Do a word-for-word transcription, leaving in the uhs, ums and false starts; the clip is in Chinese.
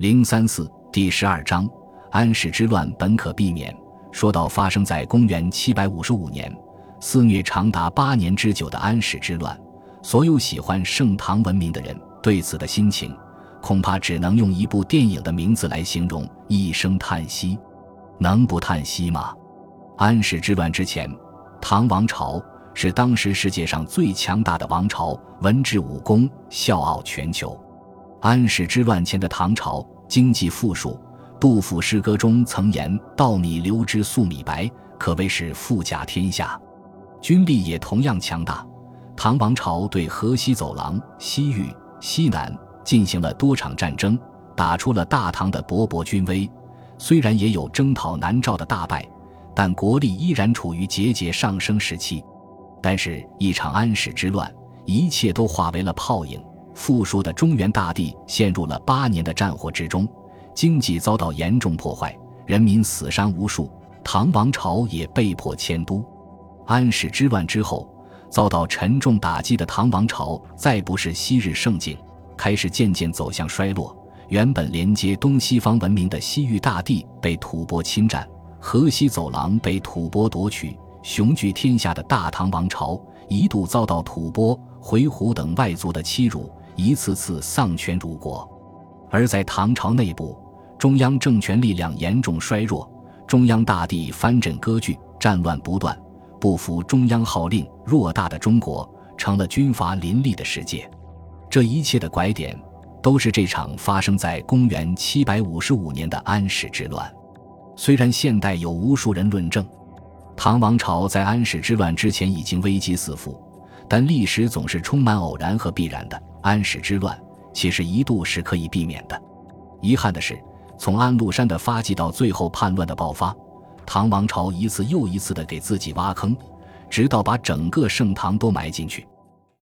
零三四第十二章，安史之乱本可避免。说到发生在公元七百五十五年，肆虐长达八年之久的安史之乱，所有喜欢盛唐文明的人对此的心情，恐怕只能用一部电影的名字来形容：一声叹息。能不叹息吗？安史之乱之前，唐王朝是当时世界上最强大的王朝，文治武功，笑傲全球。安史之乱前的唐朝经济富庶，杜甫诗歌中曾言稻米流之粟米白，可谓是富甲天下。军力也同样强大，唐王朝对河西走廊、西域、西南进行了多场战争，打出了大唐的勃勃军威。虽然也有征讨南诏的大败，但国力依然处于节节上升时期。但是一场安史之乱，一切都化为了泡影，富庶的中原大地陷入了八年的战火之中，经济遭到严重破坏，人民死伤无数，唐王朝也被迫迁都。安史之乱之后，遭到沉重打击的唐王朝再不是昔日盛景，开始渐渐走向衰落。原本连接东西方文明的西域大地被吐蕃侵占，河西走廊被吐蕃夺取，雄踞天下的大唐王朝一度遭到吐蕃、回鹘等外族的欺辱，一次次丧权辱国。而在唐朝内部，中央政权力量严重衰弱，中央大地藩镇割据，战乱不断，不服中央号令，偌大的中国成了军阀林立的世界。这一切的拐点都是这场发生在公元七百五十五年的安史之乱。虽然现代有无数人论证唐王朝在安史之乱之前已经危机四伏，但历史总是充满偶然和必然的。安史之乱其实一度是可以避免的。遗憾的是，从安禄山的发迹到最后叛乱的爆发，唐王朝一次又一次地给自己挖坑，直到把整个盛唐都埋进去。